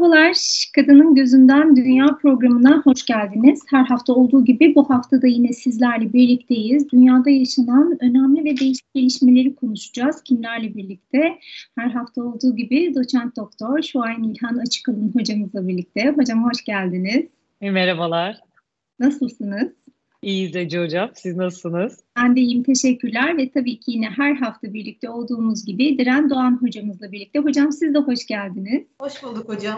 Merhabalar, Kadının Gözünden Dünya programına hoş geldiniz. Her hafta olduğu gibi bu hafta da yine sizlerle birlikteyiz. Dünyada yaşanan önemli ve değişik gelişmeleri konuşacağız. Kimlerle birlikte? Her hafta olduğu gibi doçent doktor Şuayn İlhan Açıkalın hocamızla birlikte. Hocam hoş geldiniz. Merhabalar. Nasılsınız? İyiyiz Ece Hocam. Siz nasılsınız? Ben de iyiyim, teşekkürler ve tabii ki yine her hafta birlikte olduğumuz gibi Diren Doğan hocamızla birlikte. Hocam siz de hoş geldiniz. Hoş bulduk hocam.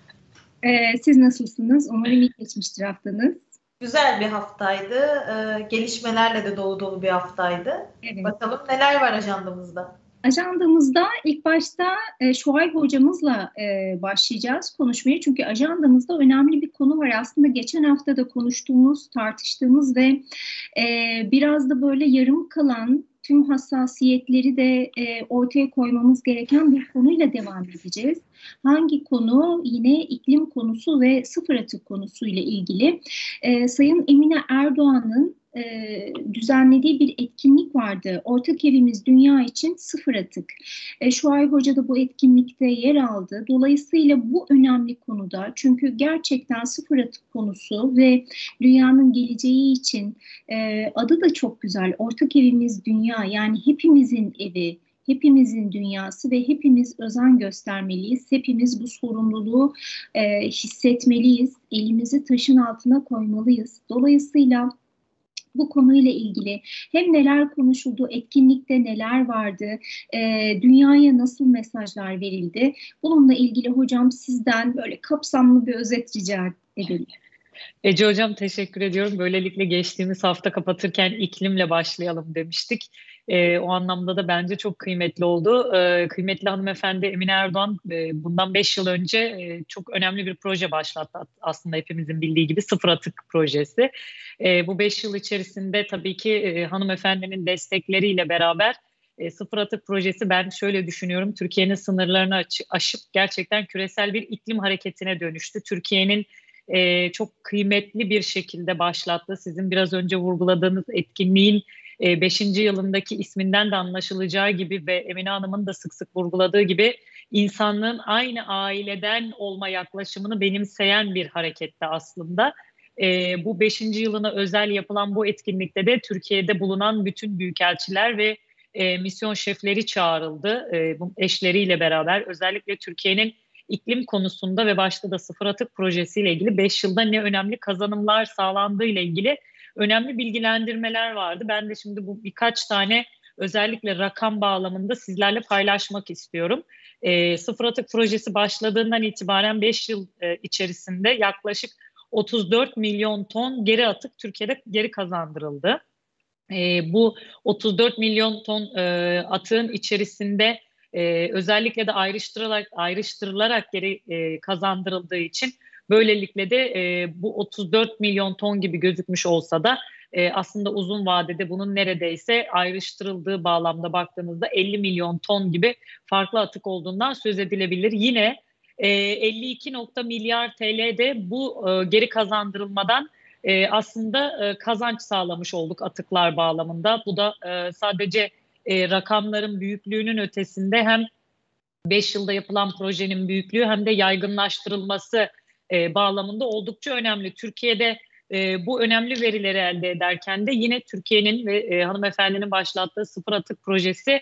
Siz nasılsınız? Umarım iyi geçmiştir haftanız. Güzel bir haftaydı. Gelişmelerle de dolu dolu bir haftaydı. Evet. Bakalım neler var ajandamızda? Ajandamızda ilk başta Şuayb hocamızla başlayacağız konuşmaya. Çünkü ajandamızda önemli bir konu var. Aslında geçen hafta da konuştuğumuz, tartıştığımız ve biraz da böyle yarım kalan tüm hassasiyetleri de ortaya koymamız gereken bir konuyla devam edeceğiz. Hangi konu? Yine iklim konusu ve sıfır atık konusuyla ilgili. Sayın Emine Erdoğan'ın düzenlediği bir etkinlik vardı. Ortak evimiz dünya için sıfır atık. Şuayb Hoca da bu etkinlikte yer aldı. Dolayısıyla bu önemli konuda, çünkü gerçekten sıfır atık konusu ve dünyanın geleceği için adı da çok güzel. Ortak evimiz dünya, yani hepimizin evi, hepimizin dünyası ve hepimiz özen göstermeliyiz. Hepimiz bu sorumluluğu hissetmeliyiz. Elimizi taşın altına koymalıyız. Dolayısıyla bu konuyla ilgili hem neler konuşuldu, etkinlikte neler vardı, dünyaya nasıl mesajlar verildi? Bununla ilgili hocam sizden böyle kapsamlı bir özet rica edelim. Ece Hocam teşekkür ediyorum. Böylelikle geçtiğimiz hafta kapatırken iklimle başlayalım demiştik. O anlamda da bence çok kıymetli oldu. Kıymetli hanımefendi Emine Erdoğan bundan 5 yıl önce çok önemli bir proje başlattı. Aslında hepimizin bildiği gibi sıfır atık projesi. Bu 5 yıl içerisinde tabii ki hanımefendinin destekleriyle beraber sıfır atık projesi, ben şöyle düşünüyorum, Türkiye'nin sınırlarını aşıp gerçekten küresel bir iklim hareketine dönüştü. Türkiye'nin çok kıymetli bir şekilde başlattı. Sizin biraz önce vurguladığınız etkinliğin 5. yılındaki isminden de anlaşılacağı gibi ve Emine Hanım'ın da sık sık vurguladığı gibi insanlığın aynı aileden olma yaklaşımını benimseyen bir harekette aslında. Bu 5. yılına özel yapılan bu etkinlikte de Türkiye'de bulunan bütün büyükelçiler ve misyon şefleri çağrıldı. Eşleriyle beraber özellikle Türkiye'nin iklim konusunda ve başta da sıfır atık projesiyle ilgili 5 yılda ne önemli kazanımlar sağlandığı ile ilgili önemli bilgilendirmeler vardı. Ben de şimdi bu birkaç tane özellikle rakam bağlamında sizlerle paylaşmak istiyorum. Sıfır atık projesi başladığından itibaren 5 yıl içerisinde yaklaşık 34 milyon ton geri atık Türkiye'de geri kazandırıldı. Bu 34 milyon ton atığın içerisinde özellikle de ayrıştırılarak geri kazandırıldığı için böylelikle de bu 34 milyon ton gibi gözükmüş olsa da aslında uzun vadede bunun neredeyse ayrıştırıldığı bağlamda baktığımızda 50 milyon ton gibi farklı atık olduğundan söz edilebilir. Yine 52 milyar TL'de bu geri kazandırılmadan aslında kazanç sağlamış olduk atıklar bağlamında. Bu da sadece rakamların büyüklüğünün ötesinde hem 5 yılda yapılan projenin büyüklüğü hem de yaygınlaştırılması bağlamında oldukça önemli. Türkiye'de bu önemli verileri elde ederken de yine Türkiye'nin ve hanımefendinin başlattığı sıfır atık projesi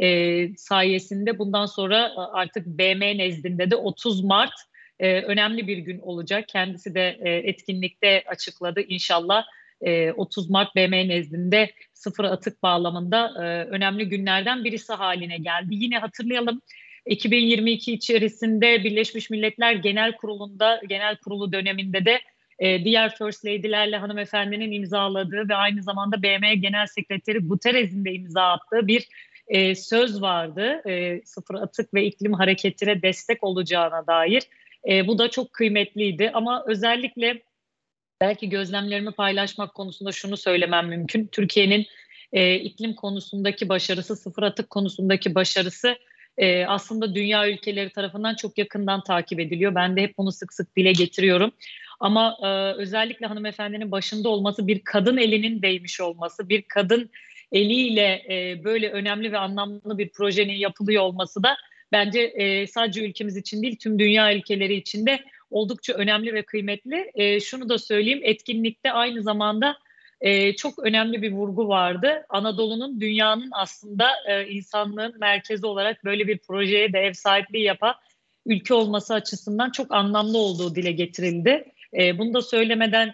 sayesinde bundan sonra artık BM nezdinde de 30 Mart önemli bir gün olacak. Kendisi de etkinlikte açıkladı. İnşallah 30 Mart BM nezdinde sıfır atık bağlamında önemli günlerden birisi haline geldi. Yine hatırlayalım, 2022 içerisinde Birleşmiş Milletler Genel Kurulu döneminde de diğer First Lady'lerle hanımefendinin imzaladığı ve aynı zamanda BM Genel Sekreteri Guterres'in de imza attığı bir söz vardı. Sıfır atık ve iklim hareketine destek olacağına dair. Bu da çok kıymetliydi ama özellikle belki gözlemlerimi paylaşmak konusunda şunu söylemem mümkün. Türkiye'nin iklim konusundaki başarısı, sıfır atık konusundaki başarısı aslında dünya ülkeleri tarafından çok yakından takip ediliyor. Ben de hep bunu sık sık dile getiriyorum. Ama özellikle hanımefendinin başında olması, bir kadın elinin değmiş olması, bir kadın eliyle böyle önemli ve anlamlı bir projenin yapılıyor olması da bence sadece ülkemiz için değil tüm dünya ülkeleri için de oldukça önemli ve kıymetli. Şunu da söyleyeyim, etkinlikte aynı zamanda çok önemli bir vurgu vardı. Anadolu'nun dünyanın aslında insanlığın merkezi olarak böyle bir projeye de ev sahipliği yapan ülke olması açısından çok anlamlı olduğu dile getirildi. Bunu da söylemeden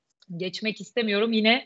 geçmek istemiyorum. Yine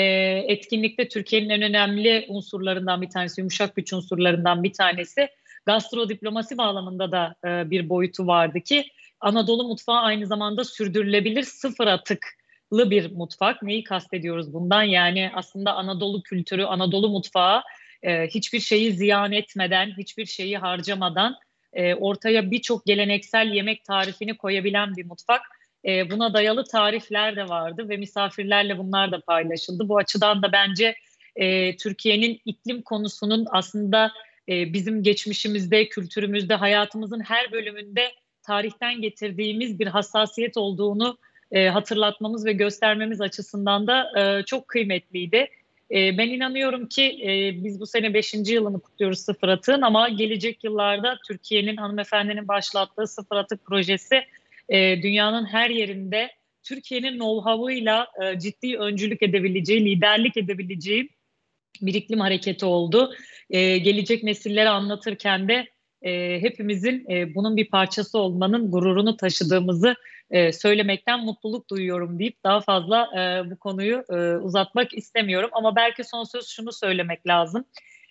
etkinlikte Türkiye'nin en önemli unsurlarından bir tanesi, yumuşak güç unsurlarından bir tanesi gastrodiplomasi bağlamında da bir boyutu vardı ki Anadolu mutfağı aynı zamanda sürdürülebilir sıfır atıklı bir mutfak. Neyi kastediyoruz bundan? Yani aslında Anadolu kültürü, Anadolu mutfağı hiçbir şeyi ziyan etmeden, hiçbir şeyi harcamadan ortaya birçok geleneksel yemek tarifini koyabilen bir mutfak. Buna dayalı tarifler de vardı ve misafirlerle bunlar da paylaşıldı. Bu açıdan da bence Türkiye'nin iklim konusunun aslında bizim geçmişimizde, kültürümüzde, hayatımızın her bölümünde tarihten getirdiğimiz bir hassasiyet olduğunu hatırlatmamız ve göstermemiz açısından da çok kıymetliydi. Ben inanıyorum ki biz bu sene 5. yılını kutluyoruz Sıfır Atık'ın ama gelecek yıllarda Türkiye'nin, hanımefendinin başlattığı Sıfır Atık projesi dünyanın her yerinde Türkiye'nin know-how'ıyla ciddi öncülük edebileceği, liderlik edebileceği bir iklim hareketi oldu. Gelecek nesillere anlatırken de hepimizin bunun bir parçası olmanın gururunu taşıdığımızı söylemekten mutluluk duyuyorum deyip daha fazla bu konuyu uzatmak istemiyorum. Ama belki son söz şunu söylemek lazım.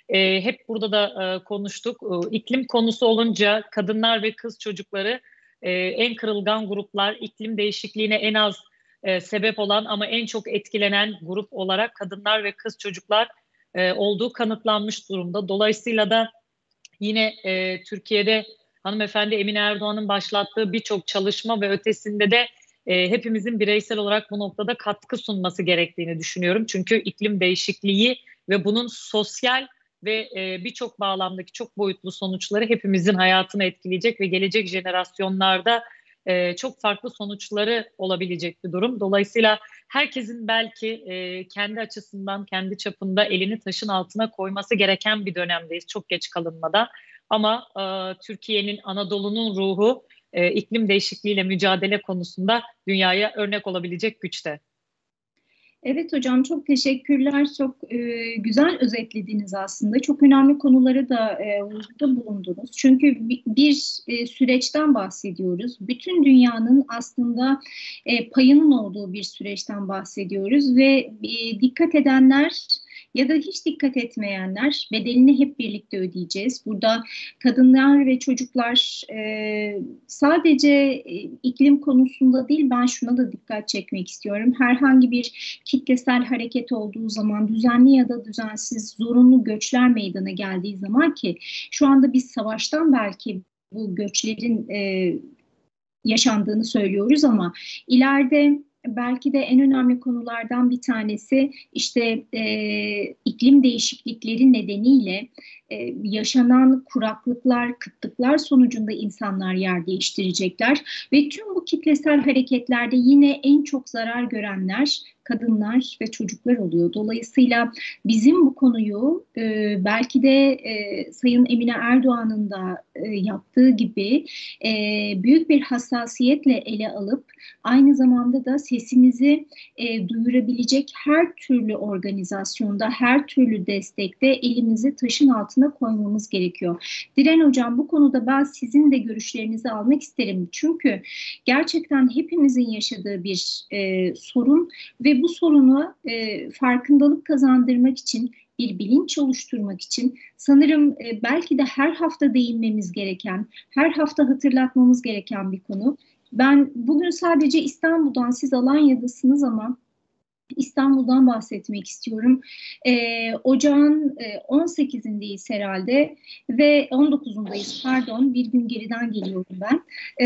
Hep burada da konuştuk. İklim konusu olunca kadınlar ve kız çocukları en kırılgan gruplar, iklim değişikliğine en az sebep olan ama en çok etkilenen grup olarak kadınlar ve kız çocuklar olduğu kanıtlanmış durumda. Dolayısıyla da yine Türkiye'de hanımefendi Emine Erdoğan'ın başlattığı birçok çalışma ve ötesinde de hepimizin bireysel olarak bu noktada katkı sunması gerektiğini düşünüyorum. Çünkü iklim değişikliği ve bunun sosyal ve birçok bağlamdaki çok boyutlu sonuçları hepimizin hayatını etkileyecek ve gelecek jenerasyonlarda çok farklı sonuçları olabilecek bir durum. Dolayısıyla herkesin belki kendi açısından, kendi çapında elini taşın altına koyması gereken bir dönemdeyiz. Çok geç kalınmadan. Ama Türkiye'nin, Anadolu'nun ruhu iklim değişikliğiyle mücadele konusunda dünyaya örnek olabilecek güçte. Evet hocam, çok teşekkürler. Çok güzel özetlediniz aslında. Çok önemli konuları da vurguda bulundunuz. Çünkü bir süreçten bahsediyoruz. Bütün dünyanın aslında payının olduğu bir süreçten bahsediyoruz ve dikkat edenler ya da hiç dikkat etmeyenler bedelini hep birlikte ödeyeceğiz. Burada kadınlar ve çocuklar sadece iklim konusunda değil, ben şuna da dikkat çekmek istiyorum. Herhangi bir kitlesel hareket olduğu zaman, düzenli ya da düzensiz zorunlu göçler meydana geldiği zaman, ki şu anda biz savaştan belki bu göçlerin yaşandığını söylüyoruz ama ileride belki de en önemli konulardan bir tanesi işte iklim değişiklikleri nedeniyle yaşanan kuraklıklar, kıtlıklar sonucunda insanlar yer değiştirecekler ve tüm bu kitlesel hareketlerde yine en çok zarar görenler kadınlar ve çocuklar oluyor. Dolayısıyla bizim bu konuyu belki de Sayın Emine Erdoğan'ın da yaptığı gibi büyük bir hassasiyetle ele alıp aynı zamanda da sesimizi duyurabilecek her türlü organizasyonda, her türlü destekte elimizi taşın altına koymamız gerekiyor. Diren Hocam, bu konuda ben sizin de görüşlerinizi almak isterim. Çünkü gerçekten hepimizin yaşadığı bir sorun ve bu sorunu farkındalık kazandırmak için, bir bilinç oluşturmak için sanırım belki de her hafta değinmemiz gereken, her hafta hatırlatmamız gereken bir konu. Ben bugün sadece İstanbul'dan, siz Alanya'dasınız ama İstanbul'dan bahsetmek istiyorum. Ocağın 18'indeyiz herhalde ve 19'undayız, pardon, bir gün geriden geliyorum ben.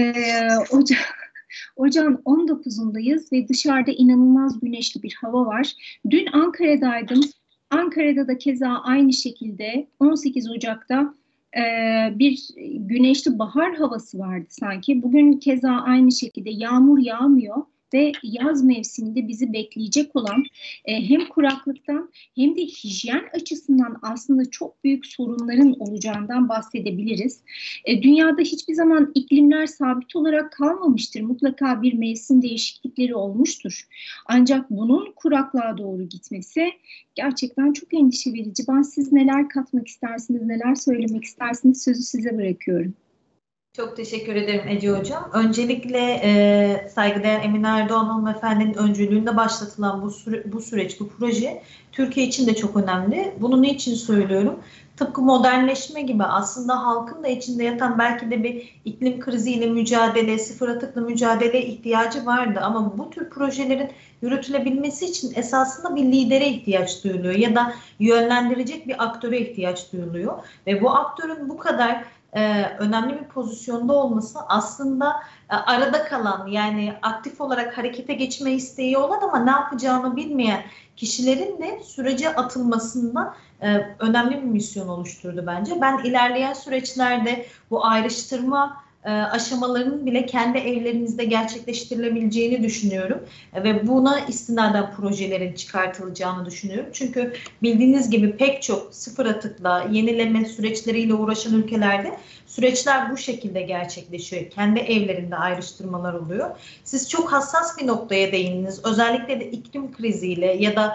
Ocağın 19'undayız ve dışarıda inanılmaz güneşli bir hava var. Dün Ankara'daydım. Ankara'da da keza aynı şekilde 18 Ocak'ta bir güneşli bahar havası vardı sanki. Bugün keza aynı şekilde yağmur yağmıyor. ve yaz mevsiminde bizi bekleyecek olan hem kuraklıktan hem de hijyen açısından aslında çok büyük sorunların olacağından bahsedebiliriz. Dünyada hiçbir zaman iklimler sabit olarak kalmamıştır. Mutlaka bir mevsim değişiklikleri olmuştur. Ancak bunun kuraklığa doğru gitmesi gerçekten çok endişe verici. Siz neler katmak istersiniz, neler söylemek istersiniz? Sözü size bırakıyorum. Çok teşekkür ederim Ece Hocam. Öncelikle saygıdeğer Emine Erdoğan hanımefendinin öncülüğünde başlatılan bu süreç, bu proje Türkiye için de çok önemli. Bunu niçin söylüyorum? Tıpkı modernleşme gibi aslında halkın da içinde yatan belki de bir iklim kriziyle mücadele, sıfır atıkla mücadele ihtiyacı vardı. Ama bu tür projelerin yürütülebilmesi için esasında bir lidere ihtiyaç duyuluyor ya da yönlendirecek bir aktöre ihtiyaç duyuluyor. Ve bu aktörün bu kadar önemli bir pozisyonda olması aslında arada kalan, yani aktif olarak harekete geçme isteği olan ama ne yapacağını bilmeyen kişilerin de sürece atılmasında önemli bir misyon oluşturdu bence. Ben ilerleyen süreçlerde bu ayrıştırma aşamalarının bile kendi evlerimizde gerçekleştirilebileceğini düşünüyorum. Ve buna istinaden projelerin çıkartılacağını düşünüyorum. Çünkü bildiğiniz gibi pek çok sıfır atıkla, yenileme süreçleriyle uğraşan ülkelerde süreçler bu şekilde gerçekleşiyor. Kendi evlerinde ayrıştırmalar oluyor. Siz çok hassas bir noktaya değindiniz. Özellikle de iklim kriziyle ya da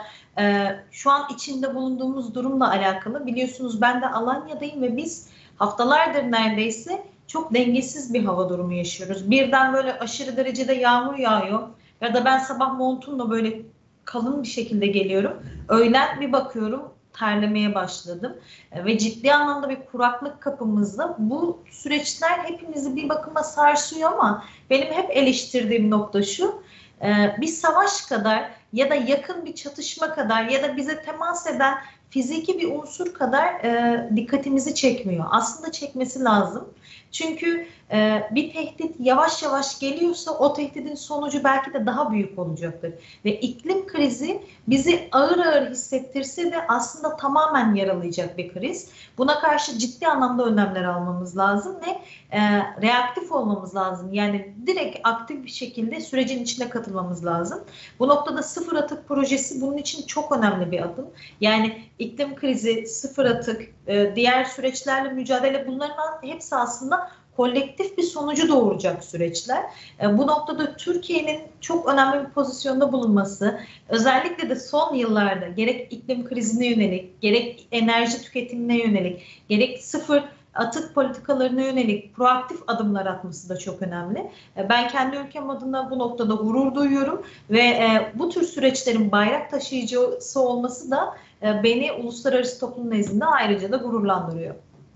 şu an içinde bulunduğumuz durumla alakalı. Biliyorsunuz ben de Alanya'dayım ve biz haftalardır neredeyse çok dengesiz bir hava durumu yaşıyoruz. Birden böyle aşırı derecede yağmur yağıyor ya da ben sabah montumla böyle kalın bir şekilde geliyorum. Öğlen bir bakıyorum terlemeye başladım ve ciddi anlamda bir kuraklık kapımızda. Bu süreçler hepimizi bir bakıma sarsıyor ama benim hep eleştirdiğim nokta şu: bir savaş kadar ya da yakın bir çatışma kadar ya da bize temas eden fiziki bir unsur kadar dikkatimizi çekmiyor. Aslında çekmesi lazım. Çünkü bir tehdit yavaş yavaş geliyorsa o tehditin sonucu belki de daha büyük olacaktır. Ve iklim krizi bizi ağır ağır hissettirse de aslında tamamen yaralayacak bir kriz. Buna karşı ciddi anlamda önlemler almamız lazım ve reaktif olmamız lazım. Yani direkt aktif bir şekilde sürecin içine katılmamız lazım. Bu noktada sıfır atık projesi bunun için çok önemli bir adım. Yani iklim krizi, sıfır atık, diğer süreçlerle mücadele, bunların hepsi aslında kolektif bir sonucu doğuracak süreçler. Bu noktada Türkiye'nin çok önemli bir pozisyonda bulunması, özellikle de son yıllarda gerek iklim krizine yönelik, gerek enerji tüketimine yönelik, gerek sıfır atık politikalarına yönelik proaktif adımlar atması da çok önemli. Ben kendi ülkem adına bu noktada gurur duyuyorum ve bu tür süreçlerin bayrak taşıyıcısı olması da beni uluslararası toplum nezdinde ayrıca da gururlandırıyor.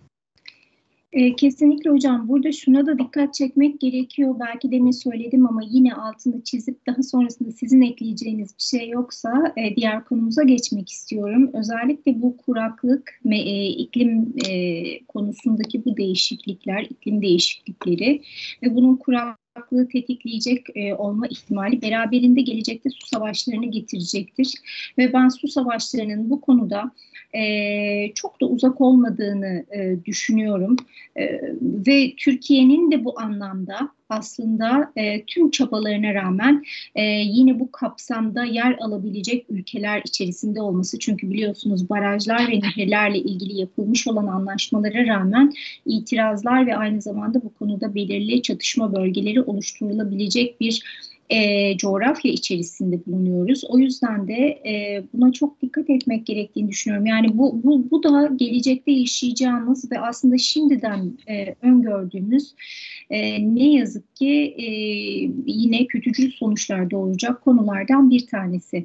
Kesinlikle hocam. Burada şuna da dikkat çekmek gerekiyor. Belki demin söyledim ama yine altını çizip daha sonrasında sizin ekleyeceğiniz bir şey yoksa diğer konumuza geçmek istiyorum. Özellikle bu kuraklık ve iklim konusundaki bu değişiklikler, iklim değişiklikleri ve bunun kuraklığı tetikleyecek olma ihtimali beraberinde gelecekte su savaşlarını getirecektir. Ve ben su savaşlarının bu konuda çok da uzak olmadığını düşünüyorum. Ve Türkiye'nin de bu anlamda aslında tüm çabalarına rağmen yine bu kapsamda yer alabilecek ülkeler içerisinde olması. Çünkü biliyorsunuz barajlar ve nehirlerle ilgili yapılmış olan anlaşmalara rağmen itirazlar ve aynı zamanda bu konuda belirli çatışma bölgeleri oluşturulabilecek bir coğrafya içerisinde bulunuyoruz. O yüzden de buna çok dikkat etmek gerektiğini düşünüyorum. Yani bu da gelecekte yaşayacağımız ve aslında şimdiden öngördüğümüz ne yazık ki yine kötücül sonuçlar doğuracak konulardan bir tanesi.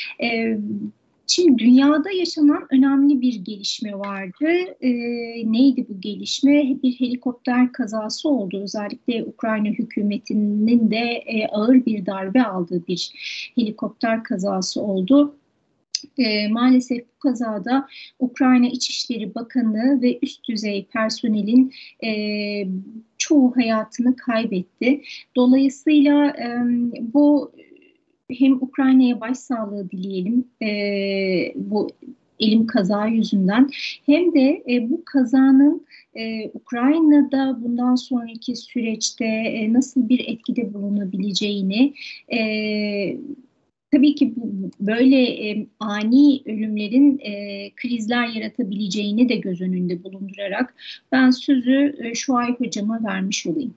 Şimdi dünyada yaşanan önemli bir gelişme vardı. Neydi bu gelişme? Bir helikopter kazası oldu. Özellikle Ukrayna hükümetinin de ağır bir darbe aldığı bir helikopter kazası oldu. Maalesef bu kazada Ukrayna İçişleri Bakanı ve üst düzey personelin çoğu hayatını kaybetti. Dolayısıyla bu hem Ukrayna'ya başsağlığı dileyelim bu elim kaza yüzünden, hem de bu kazanın Ukrayna'da bundan sonraki süreçte nasıl bir etkide bulunabileceğini, tabii ki böyle ani ölümlerin krizler yaratabileceğini de göz önünde bulundurarak ben sözü Şuay Hocam'a vermiş olayım.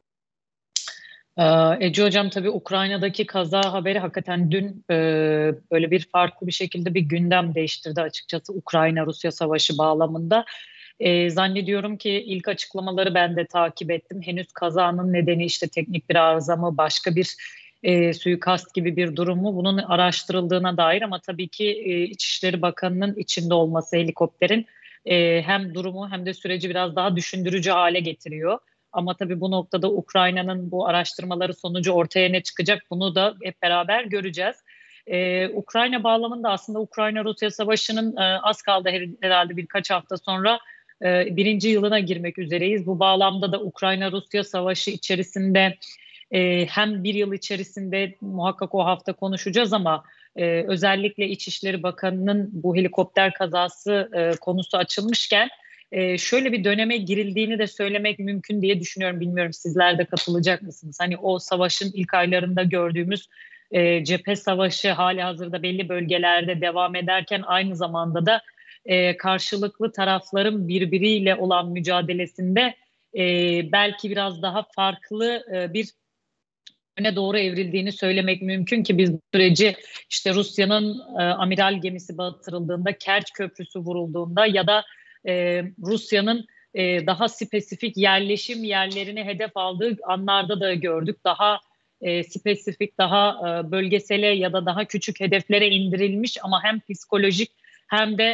Ece Hocam, tabii Ukrayna'daki kaza haberi hakikaten dün böyle bir farklı bir şekilde bir gündem değiştirdi açıkçası Ukrayna-Rusya savaşı bağlamında. Zannediyorum ki ilk açıklamaları ben de takip ettim. Henüz kazanın nedeni işte teknik bir arıza mı, başka bir suikast gibi bir durum mu, bunun araştırıldığına dair, ama tabii ki İçişleri Bakanı'nın içinde olması helikopterin hem durumu hem de süreci biraz daha düşündürücü hale getiriyor. Ama tabii bu noktada Ukrayna'nın bu araştırmaları sonucu ortaya ne çıkacak, bunu da hep beraber göreceğiz. Ukrayna bağlamında aslında Ukrayna-Rusya savaşının az kaldı, herhalde birkaç hafta sonra birinci yılına girmek üzereyiz. Bu bağlamda da Ukrayna-Rusya savaşı içerisinde hem bir yıl içerisinde muhakkak o hafta konuşacağız, ama özellikle İçişleri Bakanı'nın bu helikopter kazası konusu açılmışken şöyle bir döneme girildiğini de söylemek mümkün diye düşünüyorum. Bilmiyorum, sizler de katılacak mısınız? Hani o savaşın ilk aylarında gördüğümüz cephe savaşı hali hazırda belli bölgelerde devam ederken, aynı zamanda da karşılıklı tarafların birbiriyle olan mücadelesinde belki biraz daha farklı bir öne doğru evrildiğini söylemek mümkün ki biz bu süreci işte Rusya'nın amiral gemisi batırıldığında, Kerç Köprüsü vurulduğunda ya da Rusya'nın daha spesifik yerleşim yerlerini hedef aldığı anlarda da gördük. Daha spesifik, daha bölgesele ya da daha küçük hedeflere indirilmiş ama hem psikolojik hem de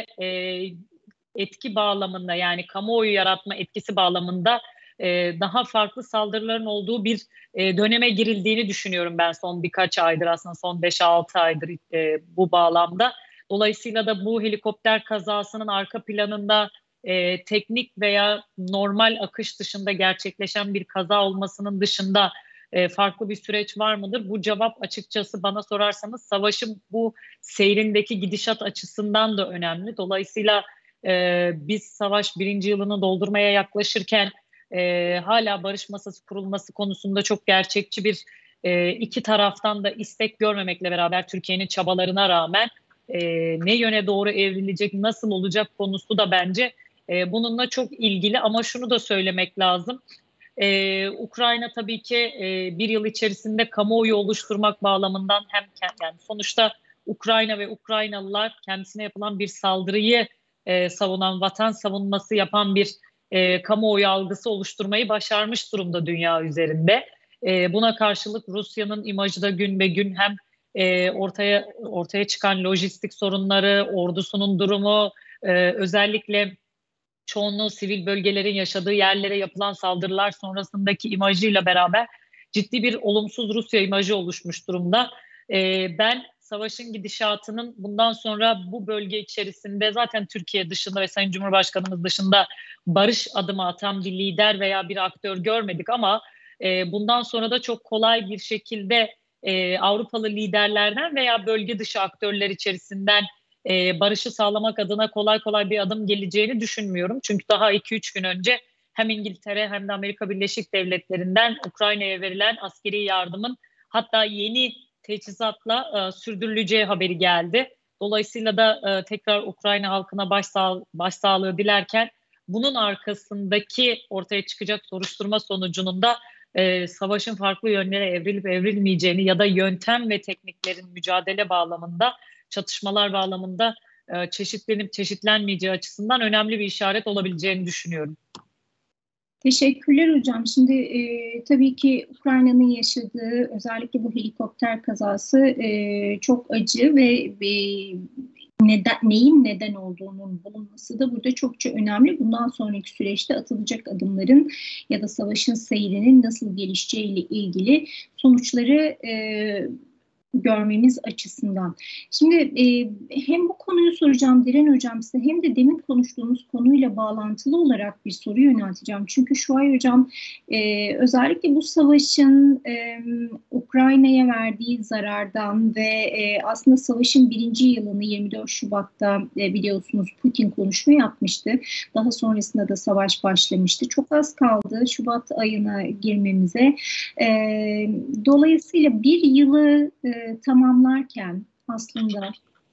etki bağlamında, yani kamuoyu yaratma etkisi bağlamında daha farklı saldırıların olduğu bir döneme girildiğini düşünüyorum ben son birkaç aydır, aslında son 5-6 aydır bu bağlamda. Dolayısıyla da bu helikopter kazasının arka planında teknik veya normal akış dışında gerçekleşen bir kaza olmasının dışında farklı bir süreç var mıdır? Bu cevap açıkçası bana sorarsanız savaşın bu seyrindeki gidişat açısından da önemli. Dolayısıyla biz savaş birinci yılını doldurmaya yaklaşırken hala barış masası kurulması konusunda çok gerçekçi bir iki taraftan da istek görmemekle beraber, Türkiye'nin çabalarına rağmen ne yöne doğru evrilecek, nasıl olacak konusu da bence bununla çok ilgili. Ama şunu da söylemek lazım. Ukrayna tabii ki bir yıl içerisinde kamuoyu oluşturmak bağlamından hem yani sonuçta Ukrayna ve Ukraynalılar kendisine yapılan bir saldırıyı savunan, vatan savunması yapan bir kamuoyu algısı oluşturmayı başarmış durumda dünya üzerinde. Buna karşılık Rusya'nın imajı da gün be gün hem ortaya çıkan lojistik sorunları, ordusunun durumu, özellikle çoğunluğu sivil bölgelerin yaşadığı yerlere yapılan saldırılar sonrasındaki imajıyla beraber ciddi bir olumsuz Rusya imajı oluşmuş durumda. Ben savaşın gidişatının bundan sonra bu bölge içerisinde zaten Türkiye dışında ve Sayın Cumhurbaşkanımız dışında barış adımı atan bir lider veya bir aktör görmedik, ama bundan sonra da çok kolay bir şekilde Avrupalı liderlerden veya bölge dışı aktörler içerisinden barışı sağlamak adına kolay kolay bir adım geleceğini düşünmüyorum. Çünkü daha 2-3 gün önce hem İngiltere hem de Amerika Birleşik Devletleri'nden Ukrayna'ya verilen askeri yardımın hatta yeni teçhizatla sürdürüleceği haberi geldi. Dolayısıyla da tekrar Ukrayna halkına başsağlığı dilerken, bunun arkasındaki ortaya çıkacak soruşturma sonucunun da savaşın farklı yönlere evrilip evrilmeyeceğini ya da yöntem ve tekniklerin mücadele bağlamında, çatışmalar bağlamında çeşitlenip çeşitlenmeyeceği açısından önemli bir işaret olabileceğini düşünüyorum. Teşekkürler hocam. Şimdi tabii ki Ukrayna'nın yaşadığı özellikle bu helikopter kazası çok acı ve neyin neden olduğunun bulunması da burada çokça önemli. Bundan sonraki süreçte atılacak adımların ya da savaşın seyrinin nasıl gelişeceğiyle ilgili sonuçları görmemiz açısından. Şimdi hem bu konuyu soracağım Diren Hocam size, hem de demin konuştuğumuz konuyla bağlantılı olarak bir soru yönelteceğim. Çünkü Şuay Hocam özellikle bu savaşın Ukrayna'ya verdiği zarardan ve aslında savaşın 1. yılını 24 Şubat'ta biliyorsunuz Putin konuşma yapmıştı. Daha sonrasında da savaş başlamıştı. Çok az kaldı Şubat ayına girmemize. Dolayısıyla 1 yılı tamamlarken aslında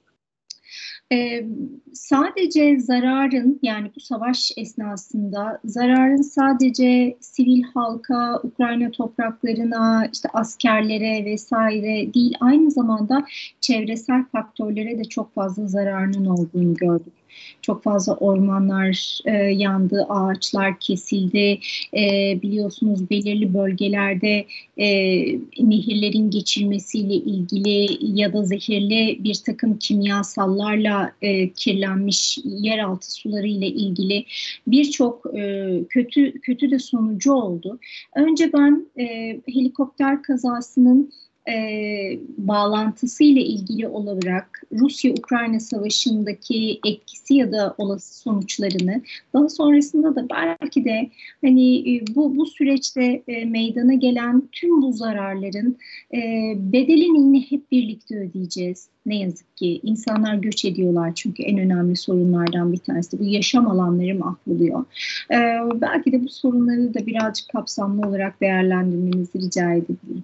sadece zararın, yani bu savaş esnasında zararın sadece sivil halka, Ukrayna topraklarına, işte askerlere vesaire değil, aynı zamanda çevresel faktörlere de çok fazla zararının olduğunu gördük. Çok fazla ormanlar yandı, ağaçlar kesildi. Biliyorsunuz belirli bölgelerde nehirlerin geçilmesiyle ilgili ya da zehirli bir takım kimyasallarla kirlenmiş yeraltı suları ile ilgili birçok kötü de sonucu oldu. Önce ben helikopter kazasının bağlantısıyla ilgili olarak Rusya-Ukrayna savaşındaki etkisi ya da olası sonuçlarını, daha sonrasında da belki de hani bu süreçte meydana gelen tüm bu zararların bedelini yine hep birlikte ödeyeceğiz. Ne yazık ki insanlar göç ediyorlar, çünkü en önemli sorunlardan bir tanesi bu, yaşam alanları mahvoluyor. Belki de bu sorunları da birazcık kapsamlı olarak değerlendirmenizi rica edebilirim.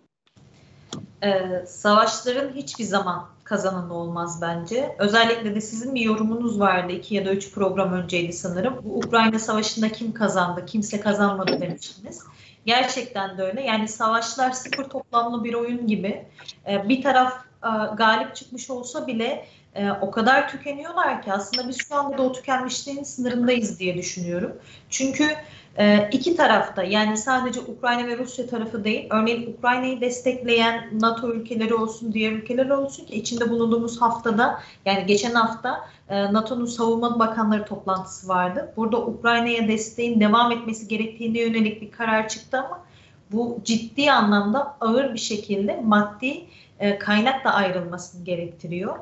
Savaşların hiçbir zaman kazananı olmaz bence. Özellikle de sizin bir yorumunuz vardı 2 ya da 3 program önceydi sanırım. Bu Ukrayna Savaşı'nda kim kazandı, kimse kazanmadı demiştiniz. Gerçekten de öyle. Yani savaşlar sıfır toplamlı bir oyun gibi. Bir taraf galip çıkmış olsa bile o kadar tükeniyorlar ki aslında biz şu anda da o tükenmişliğin sınırındayız diye düşünüyorum. Çünkü iki tarafta, yani sadece Ukrayna ve Rusya tarafı değil, örneğin Ukrayna'yı destekleyen NATO ülkeleri olsun, diğer ülkeler olsun ki içinde bulunduğumuz haftada, yani geçen hafta NATO'nun savunma bakanları toplantısı vardı. Burada Ukrayna'ya desteğin devam etmesi gerektiğine yönelik bir karar çıktı ama bu ciddi anlamda ağır bir şekilde maddi kaynak da ayrılmasını gerektiriyor.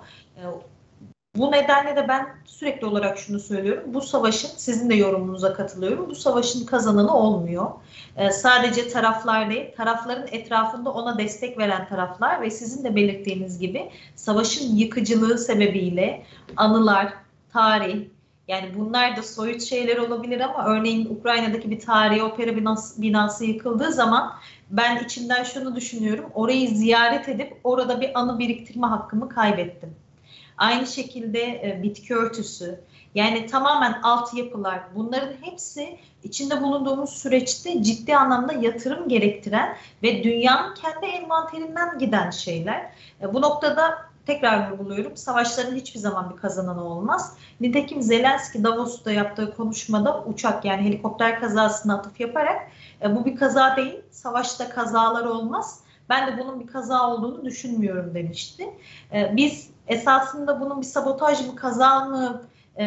Bu nedenle de ben sürekli olarak şunu söylüyorum. Bu savaşın, sizin de yorumunuza katılıyorum, bu savaşın kazananı olmuyor. Sadece taraflar değil, tarafların etrafında ona destek veren taraflar ve sizin de belirttiğiniz gibi savaşın yıkıcılığı sebebiyle anılar, tarih, yani bunlar da soyut şeyler olabilir ama örneğin Ukrayna'daki bir tarihi opera binası yıkıldığı zaman ben içimden şunu düşünüyorum. Orayı ziyaret edip orada bir anı biriktirme hakkımı kaybettim. Aynı şekilde bitki örtüsü, yani tamamen altyapılar, bunların hepsi içinde bulunduğumuz süreçte ciddi anlamda yatırım gerektiren ve dünyanın kendi envanterinden giden şeyler. Bu noktada tekrar vurguluyorum, savaşların hiçbir zaman bir kazananı olmaz. Nitekim Zelenski Davos'ta yaptığı konuşmada uçak, yani helikopter kazasına atıf yaparak bu bir kaza değil, savaşta kazalar olmaz. Ben de bunun bir kaza olduğunu düşünmüyorum demişti. Biz esasında bunun bir sabotaj mı, kaza mı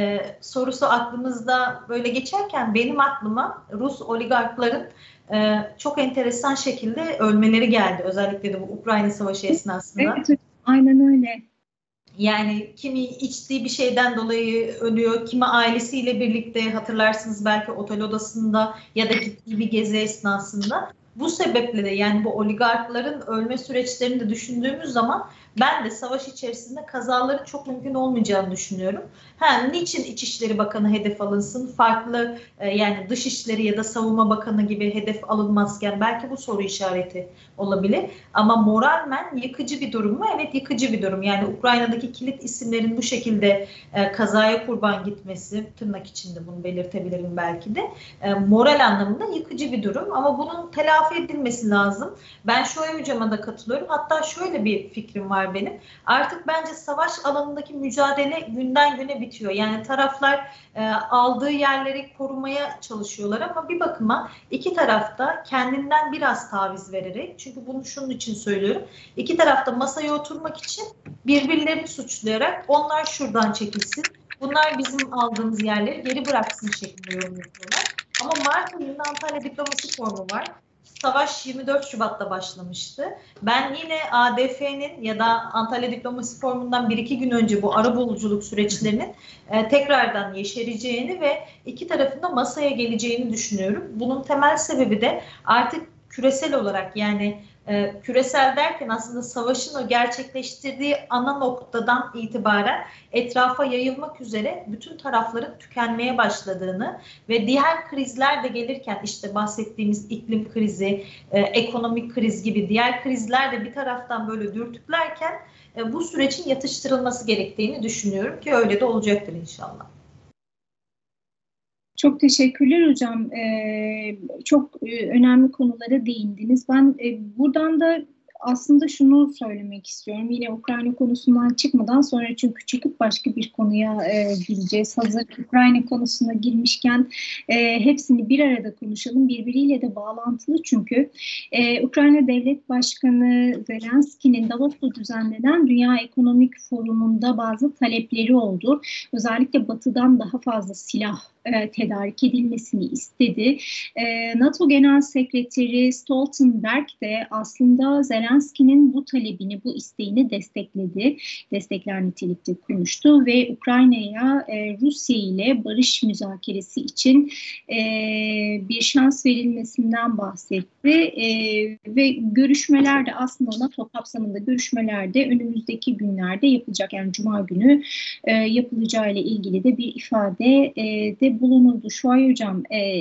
sorusu aklımızda böyle geçerken benim aklıma Rus oligarkların çok enteresan şekilde ölmeleri geldi. Özellikle de bu Ukrayna Savaşı esnasında. Evet, aynen öyle. Yani kimi içtiği bir şeyden dolayı ölüyor, kimi ailesiyle birlikte, hatırlarsınız belki otel odasında ya da gittiği bir gezi esnasında. Bu sebeple de, yani bu oligarkların ölme süreçlerini de düşündüğümüz zaman ben de savaş içerisinde kazaların çok mümkün olmayacağını düşünüyorum. Niçin İçişleri Bakanı hedef alınsın? Farklı yani Dışişleri ya da Savunma Bakanı gibi hedef alınmazken belki bu soru işareti olabilir. Ama moralmen yıkıcı bir durum mu? Evet, yıkıcı bir durum. Yani Ukrayna'daki kilit isimlerin bu şekilde kazaya kurban gitmesi, tırnak içinde bunu belirtebilirim belki de, moral anlamında yıkıcı bir durum. Ama bunun telafi edilmesi lazım. Ben Şuay Hocam'a da katılıyorum. Hatta şöyle bir fikrim var benim. Artık bence savaş alanındaki mücadele günden güne bitiyor. Yani taraflar aldığı yerleri korumaya çalışıyorlar ama bir bakıma iki tarafta kendinden biraz taviz vererek, çünkü bunu şunun için söylüyorum, iki tarafta masaya oturmak için birbirlerini suçlayarak onlar şuradan çekilsin, bunlar bizim aldığımız yerleri geri bıraksın şeklinde yorum yapıyorlar. Ama Mart ayında Antalya Diplomasi Forumu var. savaş 24 Şubat'ta başlamıştı. Ben yine ADF'nin ya da Antalya Diplomasi Forumu'ndan 1-2 gün önce bu arabuluculuk süreçlerinin tekrardan yeşereceğini ve iki tarafında masaya geleceğini düşünüyorum. Bunun temel sebebi de artık küresel olarak, yani küresel derken aslında savaşın o gerçekleştirdiği ana noktadan itibaren etrafa yayılmak üzere bütün tarafların tükenmeye başladığını ve diğer krizler de gelirken, işte bahsettiğimiz iklim krizi, ekonomik kriz gibi diğer krizler de bir taraftan böyle dürtüklerken bu sürecin yatıştırılması gerektiğini düşünüyorum ki öyle de olacaktır inşallah. Çok teşekkürler hocam. Çok önemli konulara değindiniz. Ben buradan da aslında şunu söylemek istiyorum. Yine Ukrayna konusundan çıkmadan sonra, çünkü çıkıp başka bir konuya gireceğiz. Hazır Ukrayna konusuna girmişken hepsini bir arada konuşalım. Birbiriyle de bağlantılı çünkü. Ukrayna Devlet Başkanı Zelenski'nin Davos'ta düzenlenen Dünya Ekonomik Forumu'nda bazı talepleri oldu. Özellikle Batı'dan daha fazla silah tedarik edilmesini istedi. NATO Genel Sekreteri Stoltenberg de aslında Zelenski'nin bu talebini, bu isteğini destekledi. Destekler nitelikte konuştu ve Ukrayna'ya Rusya ile barış müzakeresi için bir şans verilmesinden bahsetti. Ve görüşmelerde, aslında NATO kapsamında görüşmelerde önümüzdeki günlerde yapılacak, yani Cuma günü yapılacağı ile ilgili de bir ifade de bulunuldu. Şuay Hocam,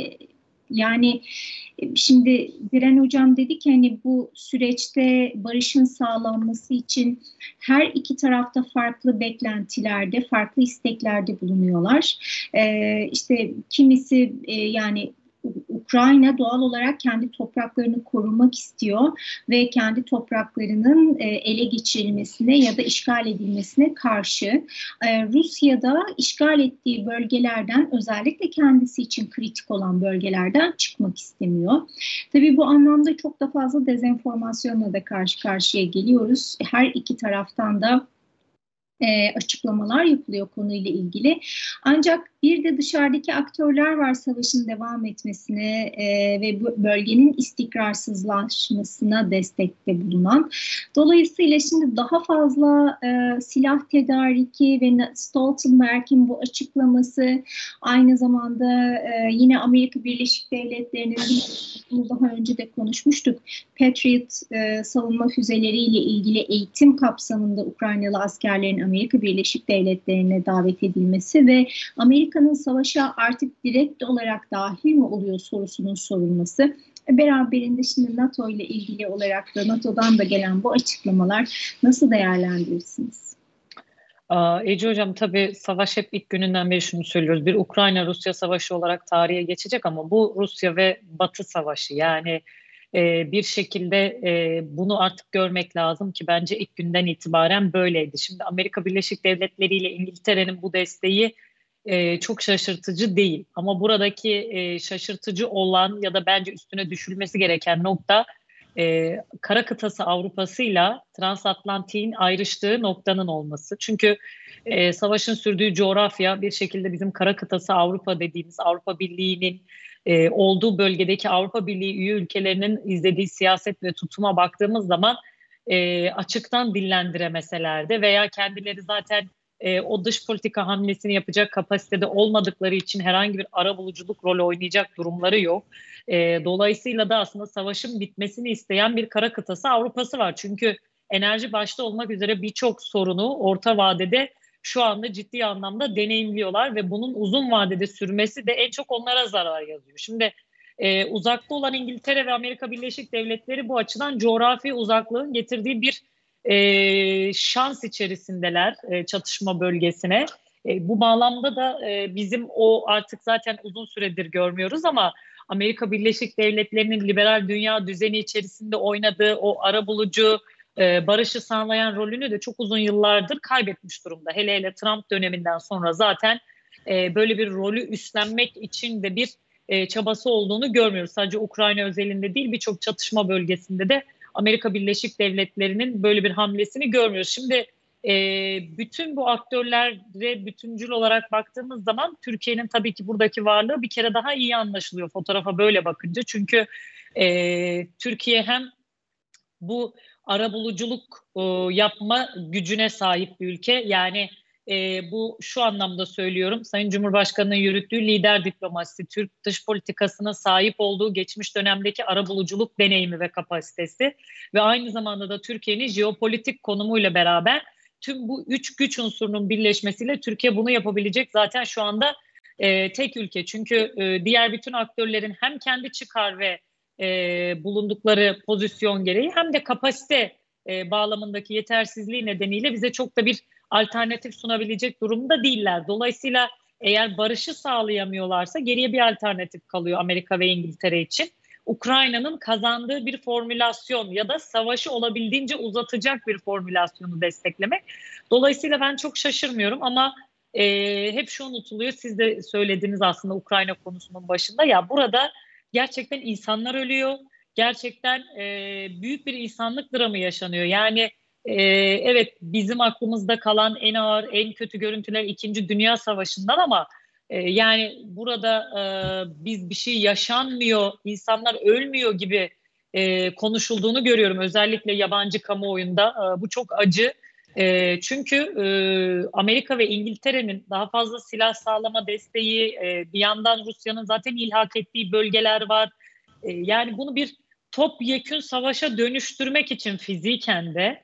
yani şimdi Diren Hocam dedi ki hani bu süreçte barışın sağlanması için her iki tarafta farklı beklentilerde, farklı isteklerde bulunuyorlar. İşte kimisi yani Ukrayna doğal olarak kendi topraklarını korumak istiyor ve kendi topraklarının ele geçirilmesine ya da işgal edilmesine karşı. Rusya'da işgal ettiği bölgelerden, özellikle kendisi için kritik olan bölgelerden çıkmak istemiyor. Tabii bu anlamda çok da fazla dezenformasyonla da karşı karşıya geliyoruz. Her iki taraftan da açıklamalar yapılıyor konuyla ilgili. Ancak bir de dışarıdaki aktörler var savaşın devam etmesine ve bu bölgenin istikrarsızlaşmasına destekte bulunan. Dolayısıyla şimdi daha fazla silah tedariki ve Stoltenberg'in bu açıklaması, aynı zamanda yine Amerika Birleşik Devletleri'nin, bunu daha önce de konuşmuştuk, Patriot savunma füzeleriyle ilgili eğitim kapsamında Ukraynalı askerlerin Amerika Birleşik Devletleri'ne davet edilmesi ve Amerika'nın savaşa artık direkt olarak dahil mi oluyor sorusunun sorulması. Beraberinde şimdi NATO ile ilgili olarak da NATO'dan da gelen bu açıklamalar nasıl değerlendirirsiniz? Ece Hocam, tabii savaş hep ilk gününden beri şunu söylüyoruz. Bir Ukrayna-Rusya savaşı olarak tarihe geçecek ama bu Rusya ve Batı savaşı. Yani bir şekilde bunu artık görmek lazım ki bence ilk günden itibaren böyleydi. Şimdi Amerika Birleşik Devletleri ile İngiltere'nin bu desteği çok şaşırtıcı değil. Ama buradaki şaşırtıcı olan ya da bence üstüne düşülmesi gereken nokta kara kıtası Avrupa'sıyla transatlantiğin ayrıştığı noktanın olması. Çünkü savaşın sürdüğü coğrafya bir şekilde bizim kara kıtası Avrupa dediğimiz Avrupa Birliği'nin olduğu bölgedeki Avrupa Birliği üye ülkelerinin izlediği siyaset ve tutuma baktığımız zaman açıktan dillendiremeseler de veya kendileri zaten o dış politika hamlesini yapacak kapasitede olmadıkları için herhangi bir arabuluculuk rolü oynayacak durumları yok. Dolayısıyla da aslında savaşın bitmesini isteyen bir kara kıtası Avrupa'sı var. Çünkü enerji başta olmak üzere birçok sorunu orta vadede şu anda ciddi anlamda deneyimliyorlar ve bunun uzun vadede sürmesi de en çok onlara zarar yazıyor. Şimdi uzakta olan İngiltere ve Amerika Birleşik Devletleri bu açıdan coğrafi uzaklığın getirdiği bir şans içerisindeler çatışma bölgesine. Bu bağlamda da bizim o artık zaten uzun süredir görmüyoruz ama Amerika Birleşik Devletleri'nin liberal dünya düzeni içerisinde oynadığı o arabulucu, barışı sağlayan rolünü de çok uzun yıllardır kaybetmiş durumda. Hele hele Trump döneminden sonra zaten böyle bir rolü üstlenmek için de bir çabası olduğunu görmüyoruz. Sadece Ukrayna özelinde değil, birçok çatışma bölgesinde de Amerika Birleşik Devletleri'nin böyle bir hamlesini görmüyoruz. Şimdi Bütün bu aktörlere bütüncül olarak baktığımız zaman Türkiye'nin tabii ki buradaki varlığı bir kere daha iyi anlaşılıyor fotoğrafa böyle bakınca. Çünkü Türkiye hem bu arabuluculuk yapma gücüne sahip bir ülke. Yani bu şu anlamda söylüyorum. Sayın Cumhurbaşkanı'nın yürüttüğü lider diplomasi, Türk dış politikasına sahip olduğu geçmiş dönemdeki arabuluculuk deneyimi ve kapasitesi ve aynı zamanda da Türkiye'nin jeopolitik konumuyla beraber tüm bu üç güç unsurunun birleşmesiyle Türkiye bunu yapabilecek zaten şu anda tek ülke. Çünkü diğer bütün aktörlerin hem kendi çıkar ve bulundukları pozisyon gereği hem de kapasite bağlamındaki yetersizliği nedeniyle bize çok da bir alternatif sunabilecek durumda değiller. Dolayısıyla eğer barışı sağlayamıyorlarsa geriye bir alternatif kalıyor Amerika ve İngiltere için. Ukrayna'nın kazandığı bir formülasyon ya da savaşı olabildiğince uzatacak bir formülasyonu desteklemek. Dolayısıyla ben çok şaşırmıyorum ama hep şu unutuluyor. Siz de söylediniz aslında Ukrayna konusunun başında. Ya burada gerçekten insanlar ölüyor. Gerçekten büyük bir insanlık dramı yaşanıyor. Yani evet bizim aklımızda kalan en ağır, en kötü görüntüler 2. Dünya Savaşı'ndan ama yani burada biz bir şey yaşanmıyor, insanlar ölmüyor gibi konuşulduğunu görüyorum. Özellikle yabancı kamuoyunda. Bu çok acı. Çünkü Amerika ve İngiltere'nin daha fazla silah sağlama desteği, bir yandan Rusya'nın zaten ilhak ettiği bölgeler var. Yani bunu bir topyekün savaşa dönüştürmek için fiziken de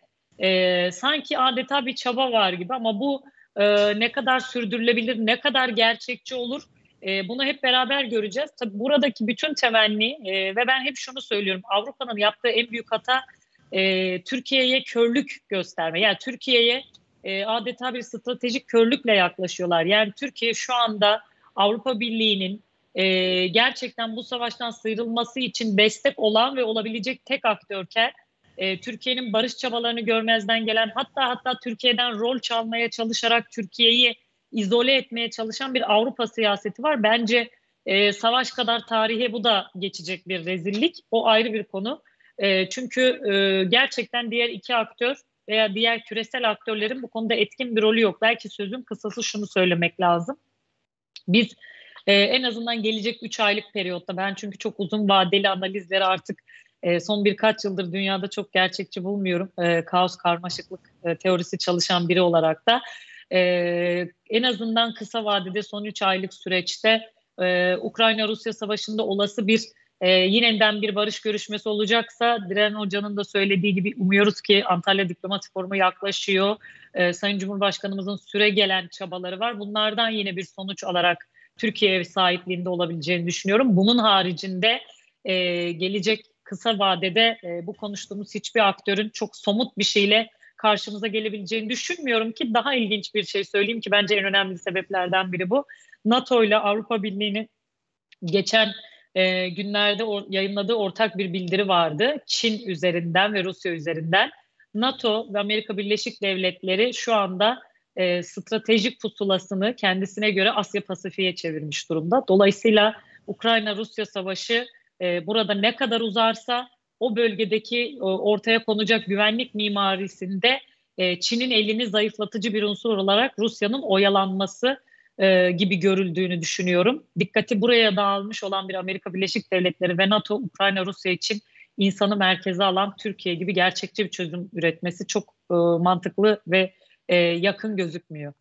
sanki adeta bir çaba var gibi ama bu ne kadar sürdürülebilir, ne kadar gerçekçi olur bunu hep beraber göreceğiz. Tabii buradaki bütün temenni ve ben hep şunu söylüyorum, Avrupa'nın yaptığı en büyük hata Türkiye'ye körlük gösterme. Yani Türkiye'ye adeta bir stratejik körlükle yaklaşıyorlar. Yani Türkiye şu anda Avrupa Birliği'nin gerçekten bu savaştan sıyrılması için destek olan ve olabilecek tek aktörken Türkiye'nin barış çabalarını görmezden gelen hatta Türkiye'den rol çalmaya çalışarak Türkiye'yi izole etmeye çalışan bir Avrupa siyaseti var. Bence savaş kadar tarihe bu da geçecek bir rezillik. O ayrı bir konu. Çünkü gerçekten diğer iki aktör veya diğer küresel aktörlerin bu konuda etkin bir rolü yok. Belki sözün kısası şunu söylemek lazım. Biz en azından gelecek 3 aylık periyotta ben çünkü çok uzun vadeli analizleri artık son birkaç yıldır dünyada çok gerçekçi bulmuyorum. Kaos karmaşıklık teorisi çalışan biri olarak da en azından kısa vadede son 3 aylık süreçte Ukrayna-Rusya savaşında olası bir yeniden bir barış görüşmesi olacaksa Diren Hoca'nın da söylediği gibi umuyoruz ki Antalya Diplomatik Forumu yaklaşıyor. Sayın Cumhurbaşkanımızın süre gelen çabaları var. Bunlardan yine bir sonuç alarak Türkiye sahipliğinde olabileceğini düşünüyorum. Bunun haricinde gelecek kısa vadede bu konuştuğumuz hiçbir aktörün çok somut bir şeyle karşımıza gelebileceğini düşünmüyorum ki daha ilginç bir şey söyleyeyim ki bence en önemli sebeplerden biri bu. NATO ile Avrupa Birliği'nin geçen günlerde yayınladığı ortak bir bildiri vardı. Çin üzerinden ve Rusya üzerinden. NATO ve Amerika Birleşik Devletleri şu anda stratejik pusulasını kendisine göre Asya Pasifik'e çevirmiş durumda. Dolayısıyla Ukrayna-Rusya savaşı burada ne kadar uzarsa o bölgedeki ortaya konacak güvenlik mimarisinde Çin'in elini zayıflatıcı bir unsur olarak Rusya'nın oyalanması gibi görüldüğünü düşünüyorum. Dikkati buraya dağılmış olan bir Amerika Birleşik Devletleri ve NATO, Ukrayna, Rusya için insanı merkeze alan Türkiye gibi gerçekçi bir çözüm üretmesi çok mantıklı ve yakın gözükmüyor.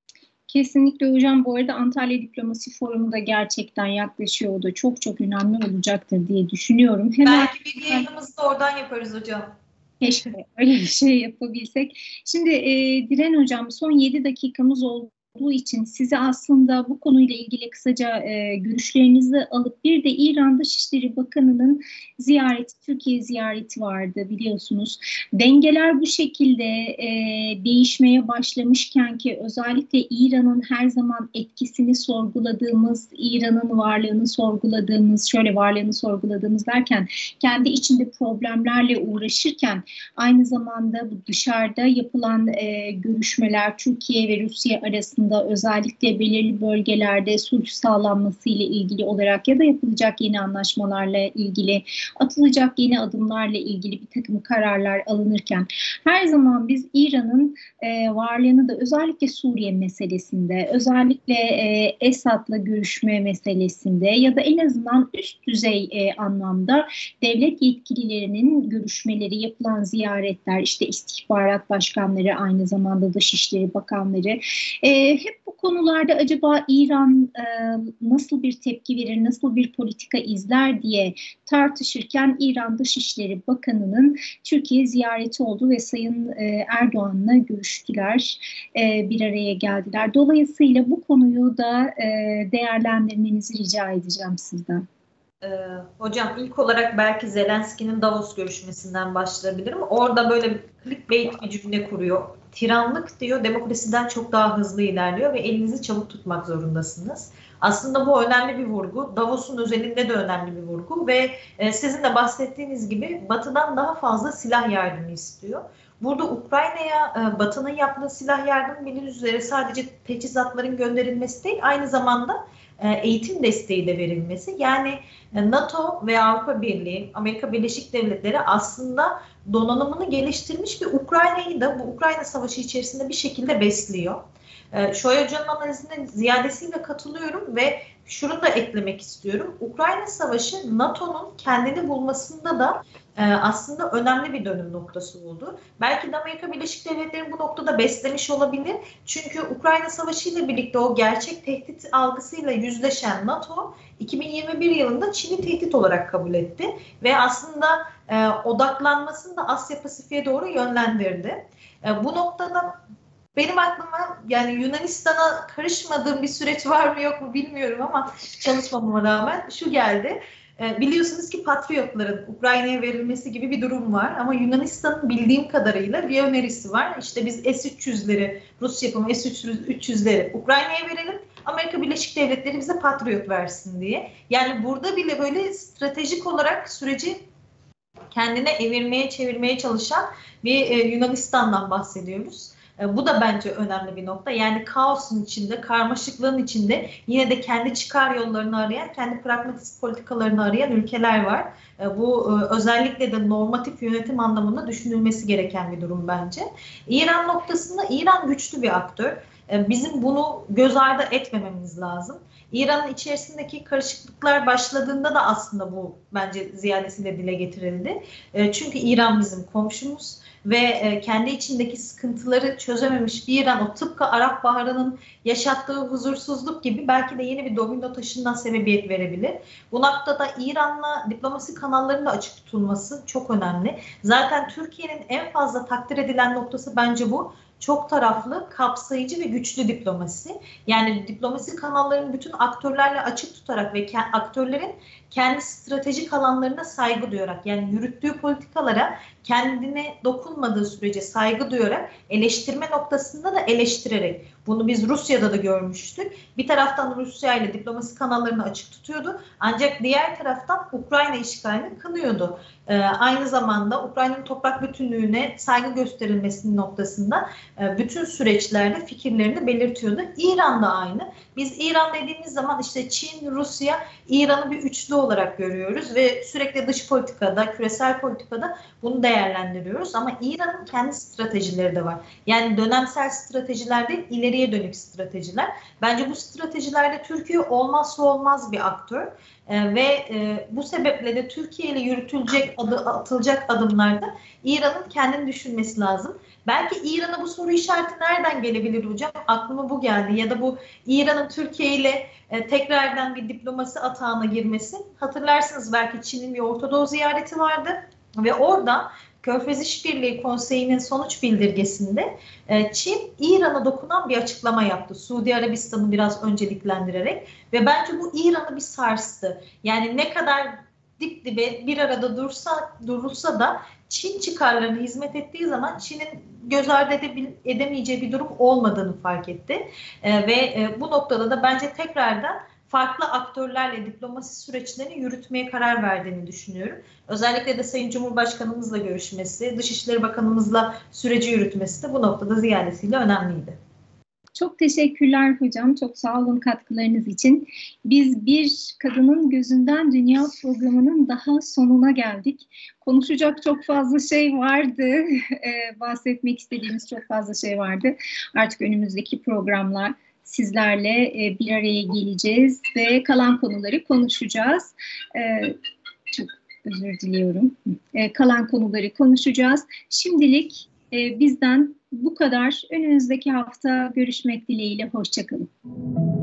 Kesinlikle hocam. Bu arada Antalya Diplomasi Forumu da gerçekten yaklaşıyordu. Çok çok önemli olacaktır diye düşünüyorum. Hemen belki bir yayınımızı da oradan yaparız hocam. Keşke öyle bir şey yapabilsek. Şimdi Diren hocam son 7 dakikamız olduğu için size aslında bu konuyla ilgili kısaca görüşlerinizi alıp bir de İran Dışişleri Bakanı'nın Türkiye ziyareti vardı biliyorsunuz. Dengeler bu şekilde değişmeye başlamışken ki özellikle İran'ın her zaman etkisini sorguladığımız, İran'ın varlığını sorguladığımız, varlığını sorguladığımız derken kendi içinde problemlerle uğraşırken aynı zamanda bu dışarıda yapılan görüşmeler Türkiye ve Rusya arasında noktasında özellikle belirli bölgelerde sulh sağlanması ile ilgili olarak ya da yapılacak yeni anlaşmalarla ilgili, atılacak yeni adımlarla ilgili bir takım kararlar alınırken her zaman biz İran'ın varlığını da özellikle Suriye meselesinde, özellikle Esad'la görüşme meselesinde ya da en azından üst düzey anlamda devlet yetkililerinin görüşmeleri, yapılan ziyaretler, işte istihbarat başkanları, aynı zamanda Dışişleri Bakanları, hep bu konularda acaba İran nasıl bir tepki verir, nasıl bir politika izler diye tartışırken İran Dışişleri Bakanı'nın Türkiye ziyareti oldu ve Sayın Erdoğan'la görüştüler, bir araya geldiler. Dolayısıyla bu konuyu da değerlendirmenizi rica edeceğim sizden. Hocam ilk olarak belki Zelenski'nin Davos görüşmesinden başlayabilirim. Orada böyle bir clickbait bir cümle kuruyor. Tiranlık diyor, demokrasiden çok daha hızlı ilerliyor ve elinizi çabuk tutmak zorundasınız. Aslında bu önemli bir vurgu. Davos'un özelinde de önemli bir vurgu ve sizin de bahsettiğiniz gibi Batı'dan daha fazla silah yardımı istiyor. Burada Ukrayna'ya Batı'nın yaptığı silah yardımı bildiğiniz üzere sadece teçhizatların gönderilmesi değil, aynı zamanda eğitim desteği de verilmesi. Yani NATO ve Avrupa Birliği, Amerika Birleşik Devletleri aslında donanımını geliştirmiş ve Ukrayna'yı da bu Ukrayna Savaşı içerisinde bir şekilde besliyor. Şoy Hoca'nın analizine ziyadesiyle katılıyorum ve şunu da eklemek istiyorum. Ukrayna Savaşı NATO'nun kendini bulmasında da aslında önemli bir dönüm noktası oldu. Belki de Amerika Birleşik Devletleri bu noktada beslemiş olabilir. Çünkü Ukrayna Savaşı ile birlikte o gerçek tehdit algısıyla yüzleşen NATO 2021 yılında Çin'i tehdit olarak kabul etti ve aslında odaklanmasını da Asya Pasifik'e doğru yönlendirdi. Bu noktada benim aklıma, yani Yunanistan'a karışmadığım bir süreç var mı yok mu bilmiyorum ama çalışmama rağmen şu geldi. Biliyorsunuz ki Patriotların Ukrayna'ya verilmesi gibi bir durum var ama Yunanistan'ın bildiğim kadarıyla bir önerisi var. İşte biz S-300'leri, Rus yapımı S-300'leri Ukrayna'ya verelim, Amerika Birleşik Devletleri bize Patriot versin diye. Yani burada bile böyle stratejik olarak süreci kendine evirmeye, çevirmeye çalışan bir Yunanistan'dan bahsediyoruz. Bu da bence önemli bir nokta. Yani kaosun içinde, karmaşıklığın içinde yine de kendi çıkar yollarını arayan, kendi pragmatist politikalarını arayan ülkeler var. Bu özellikle de normatif yönetim anlamında düşünülmesi gereken bir durum bence. İran noktasında İran güçlü bir aktör. Bizim bunu göz ardı etmememiz lazım. İran'ın içerisindeki karışıklıklar başladığında da aslında bu bence ziyadesiyle dile getirildi. Çünkü İran bizim komşumuz ve kendi içindeki sıkıntıları çözememiş bir İran, o tıpkı Arap Baharı'nın yaşattığı huzursuzluk gibi belki de yeni bir domino taşından sebebiyet verebilir. Bu noktada İran'la diplomasi kanallarının da açık tutulması çok önemli. Zaten Türkiye'nin en fazla takdir edilen noktası bence bu. Çok taraflı, kapsayıcı ve güçlü diplomasi. Yani diplomasi kanallarının bütün aktörlerle açık tutarak ve aktörlerin kendi stratejik alanlarına saygı duyarak, yani yürüttüğü politikalara kendine dokunmadığı sürece saygı duyarak, eleştirme noktasında da eleştirerek. Bunu biz Rusya'da da görmüştük. Bir taraftan Rusya ile diplomasi kanallarını açık tutuyordu. Ancak diğer taraftan Ukrayna işgalini kınıyordu. Aynı zamanda Ukrayna'nın toprak bütünlüğüne saygı gösterilmesinin noktasında bütün süreçlerde fikirlerini belirtiyordu. İran da aynı. Biz İran dediğimiz zaman işte Çin, Rusya, İran'ı bir üçlü olarak görüyoruz ve sürekli dış politikada, küresel politikada bunu değerlendiriyoruz. Ama İran'ın kendi stratejileri de var. Yani dönemsel stratejiler değil, ileriye dönük stratejiler. Bence bu stratejilerde Türkiye olmazsa olmaz bir aktör. Bu sebeple de Türkiye ile yürütülecek, atılacak adımlarda İran'ın kendini düşünmesi lazım. Belki İran'a bu soru işareti nereden gelebilir hocam? Aklıma bu geldi. Ya da bu İran'ın Türkiye ile tekrardan bir diplomasi atağına girmesi. Hatırlarsınız belki Çin'in bir Orta Doğu ziyareti vardı ve orada Körfez İşbirliği Konseyi'nin sonuç bildirgesinde Çin İran'a dokunan bir açıklama yaptı. Suudi Arabistan'ı biraz önceliklendirerek ve bence bu İran'ı bir sarstı. Yani ne kadar dip dibe bir arada durulsa da Çin çıkarlarına hizmet ettiği zaman Çin'in göz ardı edemeyeceği bir durum olmadığını fark etti. Bu noktada da bence tekrardan farklı aktörlerle diplomasi süreçlerini yürütmeye karar verdiğini düşünüyorum. Özellikle de Sayın Cumhurbaşkanımızla görüşmesi, Dışişleri Bakanımızla süreci yürütmesi de bu noktada ziyadesiyle önemliydi. Çok teşekkürler hocam. Çok sağ olun katkılarınız için. Biz Bir Kadının Gözünden Dünya programının daha sonuna geldik. Konuşacak çok fazla şey vardı. Bahsetmek istediğimiz çok fazla şey vardı. Artık önümüzdeki programlar sizlerle bir araya geleceğiz ve kalan konuları konuşacağız. Çok özür diliyorum. Kalan konuları konuşacağız. Şimdilik bizden bu kadar. Önümüzdeki hafta görüşmek dileğiyle. Hoşça kalın.